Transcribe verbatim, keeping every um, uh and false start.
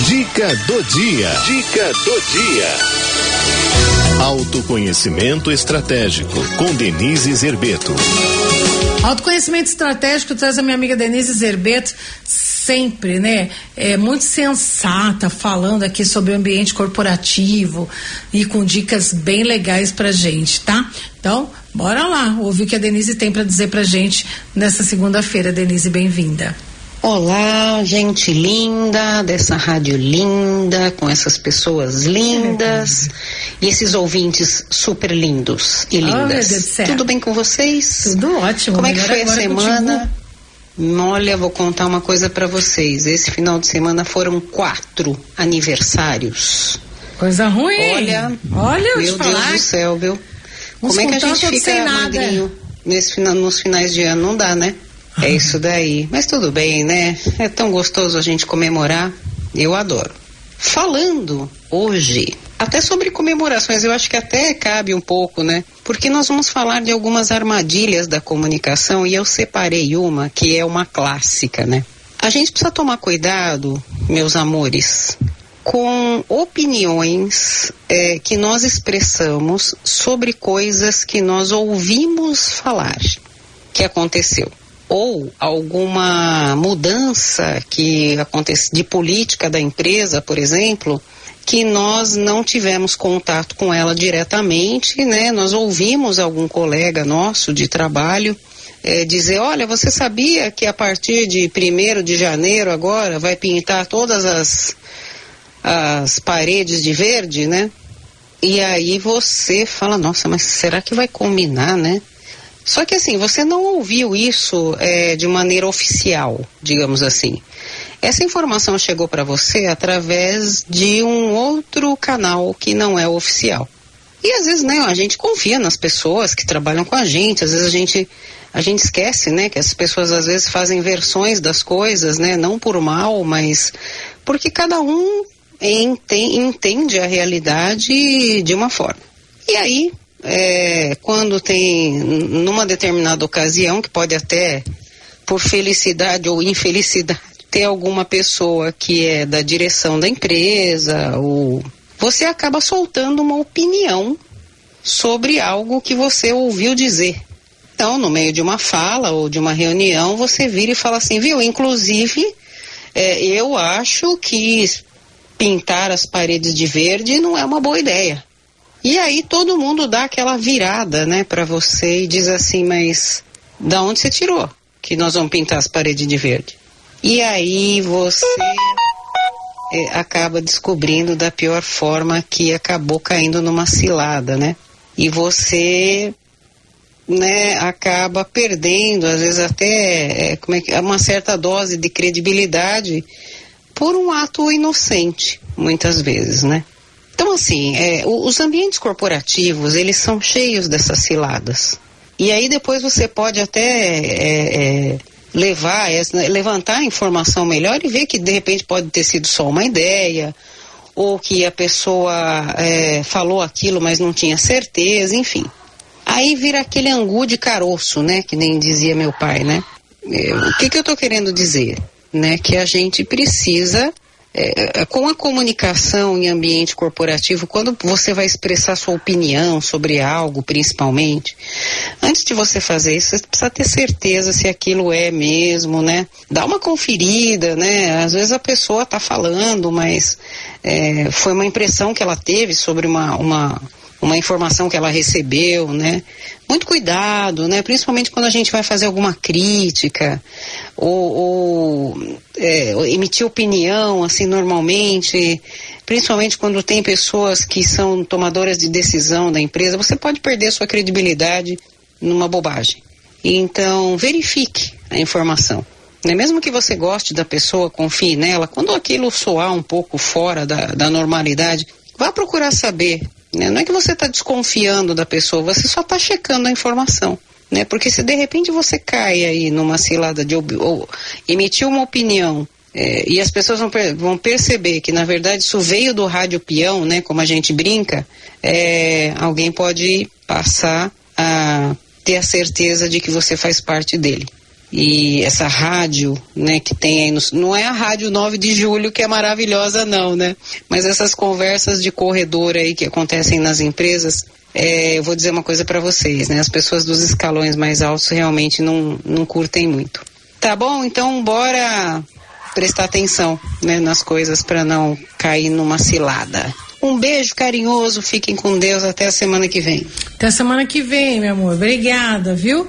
Dica do dia. Dica do dia. Autoconhecimento estratégico com Denise Zerbeto. Autoconhecimento estratégico traz a minha amiga Denise Zerbeto, sempre, né? É muito sensata, falando aqui sobre o ambiente corporativo e com dicas bem legais pra gente, tá? Então, bora lá, ouvir o que a Denise tem pra dizer pra gente nessa segunda-feira. Denise, bem-vinda. Olá, gente linda dessa rádio linda, com essas pessoas lindas e esses ouvintes super lindos e lindas. Oh, meu Deus do céu. Tudo bem com vocês? Tudo ótimo. Como é que foi a semana? Contigo. Olha, vou contar uma coisa pra vocês. Esse final de semana foram quatro aniversários. Coisa ruim. Olha, Olha, meu Deus do céu, viu? Como é que a gente fica magrinho nesse final, nos finais de ano? Não dá, né? É isso daí. Mas tudo bem, né? É tão gostoso a gente comemorar. Eu adoro. Falando hoje, até sobre comemorações, eu acho que até cabe um pouco, né? Porque nós vamos falar de algumas armadilhas da comunicação e eu separei uma que é uma clássica, né? A gente precisa tomar cuidado, meus amores, com opiniões é, que nós expressamos sobre coisas que nós ouvimos falar que aconteceu. Ou alguma mudança que acontece de política da empresa, por exemplo, que nós não tivemos contato com ela diretamente, né? Nós ouvimos algum colega nosso de trabalho é, dizer, olha, você sabia que a partir de primeiro de janeiro agora vai pintar todas as, as paredes de verde, né? E aí você fala, nossa, mas será que vai combinar, né? Só que assim, você não ouviu isso é, de maneira oficial, digamos assim. Essa informação chegou para você através de um outro canal que não é oficial. E às vezes, né, a gente confia nas pessoas que trabalham com a gente, às vezes a gente, a gente esquece, né, que as pessoas às vezes fazem versões das coisas, né, não por mal, mas porque cada um entende a realidade de uma forma. E aí, É, quando tem, numa determinada ocasião, que pode até, por felicidade ou infelicidade, ter alguma pessoa que é da direção da empresa, ou você acaba soltando uma opinião sobre algo que você ouviu dizer. Então, no meio de uma fala ou de uma reunião, você vira e fala assim, viu, inclusive, é, eu acho que pintar as paredes de verde não é uma boa ideia. E aí todo mundo dá aquela virada, né, para você e diz assim, mas da onde você tirou que nós vamos pintar as paredes de verde? E aí você é, acaba descobrindo da pior forma que acabou caindo numa cilada, né? E você, né, acaba perdendo, às vezes até é, como é que, uma certa dose de credibilidade por um ato inocente, muitas vezes, né? Então, assim, é, os ambientes corporativos, eles são cheios dessas ciladas. E aí depois você pode até é, é, levar, é, levantar a informação melhor e ver que de repente pode ter sido só uma ideia, ou que a pessoa é, falou aquilo, mas não tinha certeza, enfim. Aí vira aquele angu de caroço, né, que nem dizia meu pai, né? É, o que que eu tô querendo dizer? Né, que a gente precisa... É, com a comunicação em ambiente corporativo, quando você vai expressar sua opinião sobre algo, principalmente, antes de você fazer isso, você precisa ter certeza se aquilo é mesmo, né? Dá uma conferida, né? Às vezes a pessoa está falando, mas é, foi uma impressão que ela teve sobre uma, uma, uma informação que ela recebeu, né? Muito cuidado, né? Principalmente quando a gente vai fazer alguma crítica ou, ou é, emitir opinião, assim, normalmente, principalmente quando tem pessoas que são tomadoras de decisão da empresa, você pode perder sua credibilidade numa bobagem. Então, verifique a informação. Né? Mesmo que você goste da pessoa, confie nela, quando aquilo soar um pouco fora da, da normalidade, vá procurar saber. Né? Não é que você está desconfiando da pessoa, você só está checando a informação. Né? Porque se de repente você cai aí numa cilada de ob... ou emitir uma opinião é, e as pessoas vão, per... vão perceber que na verdade isso veio do rádio peão, né? Como a gente brinca, é... alguém pode passar a ter a certeza de que você faz parte dele. E essa rádio, né, que tem aí, no, não é a rádio nove de julho que é maravilhosa não, né? Mas essas conversas de corredor aí que acontecem nas empresas, é, eu vou dizer uma coisa para vocês, né? As pessoas dos escalões mais altos realmente não, não curtem muito. Tá bom? Então bora prestar atenção, né, nas coisas para não cair numa cilada. Um beijo carinhoso, fiquem com Deus, até a semana que vem. Até a semana que vem, meu amor. Obrigada, viu?